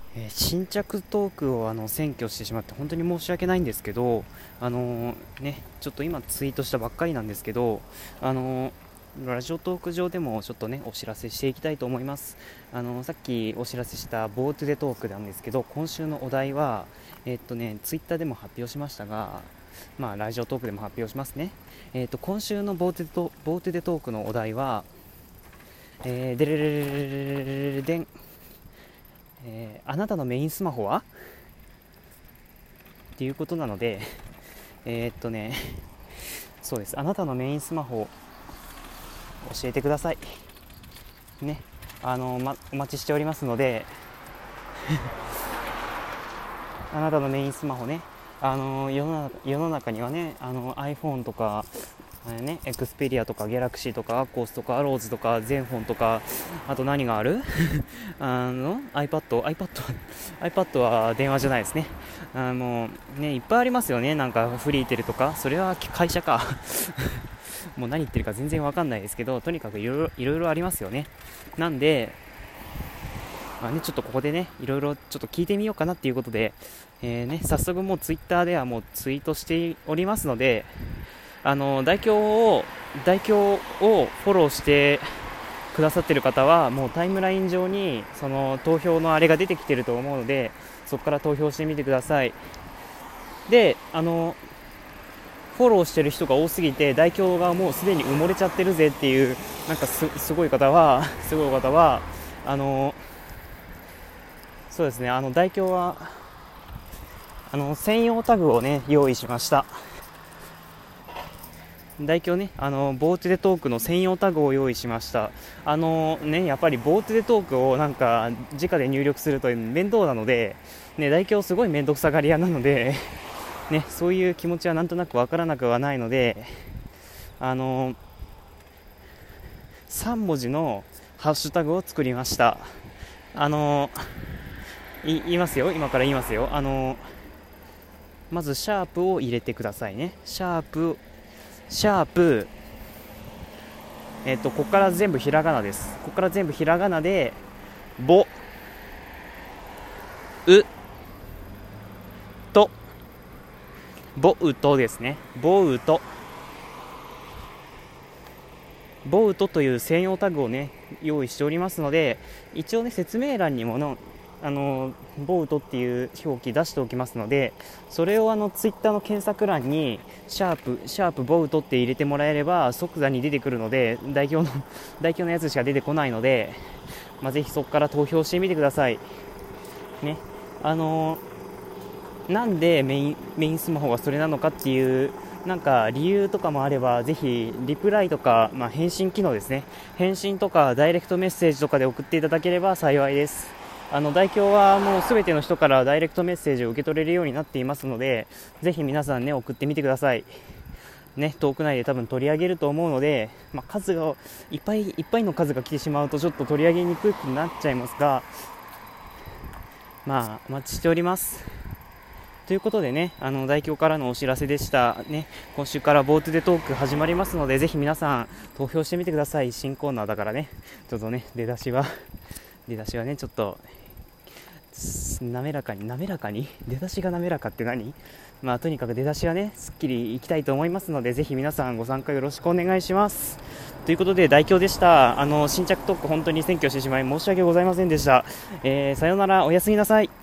新着トークを占拠してしまって本当に申し訳ないんですけど、ちょっと今ツイートしたばっかりなんですけど、ラジオトーク上でもちょっとねお知らせしていきたいと思います。さっきお知らせしたボートでトークなんですけど、今週のお題はツイッターでも発表しましたが、ラジオトークでも発表しますね。今週のボートでトークのお題は、デレレレレレレレデン、あなたのメインスマホはっていうことなので、そうです、あなたのメインスマホを教えてくださいね。お待ちしておりますのであなたのメインスマホね、世の中にはね、iPhone とかエクスペリアとかギャラクシーとかアコースとかアローズとかゼンフォンとか、あと何があるiPad は電話じゃないですね。もうね、いっぱいありますよね。なんかフリーテルとか、それは会社かもう何言ってるか全然わかんないですけど、とにかくいろいろありますよね。なんでちょっとここでねいろいろちょっと聞いてみようかなっていうことで、早速もうツイッターではもうツイートしておりますので、代表をフォローしてくださっている方はもうタイムライン上にその投票のあれが出てきていると思うので、そこから投票してみてください。で、フォローしてる人が多すぎて代表がもうすでに埋もれちゃってるぜっていう、なんかすごい方はそうですね、代表は専用タグをね用意しました。代表ね、ボートでトークの専用タグを用意しました。やっぱりボートでトークをなんか直で入力すると面倒なので、代表すごい面倒くさがり屋なのでそういう気持ちはなんとなくわからなくはないので、3文字のハッシュタグを作りました。言いますよ、今から言いますよ。まずシャープを入れてくださいね。シャープここから全部ひらがなです。ここから全部ひらがなでボウトですね。ボウトという専用タグをね用意しておりますので、一応ね説明欄にもボウトっていう表記出しておきますので、それをツイッターの検索欄にシャープボウトって入れてもらえれば即座に出てくるので、代表のやつしか出てこないので、ぜひそこから投票してみてくださいね。なんでメインスマホがそれなのかっていうなんか理由とかもあれば、ぜひリプライとか、返信機能ですね、返信とかダイレクトメッセージとかで送っていただければ幸いです。代表はもうすべての人からダイレクトメッセージを受け取れるようになっていますので、ぜひ皆さんね送ってみてくださいね。トーク内で多分取り上げると思うので、数がいっぱいの数が来てしまうとちょっと取り上げにくくなっちゃいますが、お待ちしておりますということでね、代表からのお知らせでしたね。今週からボートでトーク始まりますので、ぜひ皆さん投票してみてください。新コーナーだからね、ちょっとね出だしはねちょっと滑らかに出だしが滑らかって何、とにかく出だしはねすっきりいきたいと思いますので、ぜひ皆さんご参加よろしくお願いしますということで、代表でした。新着トーク本当に占拠してしまい申し訳ございませんでした。さようなら、おやすみなさい。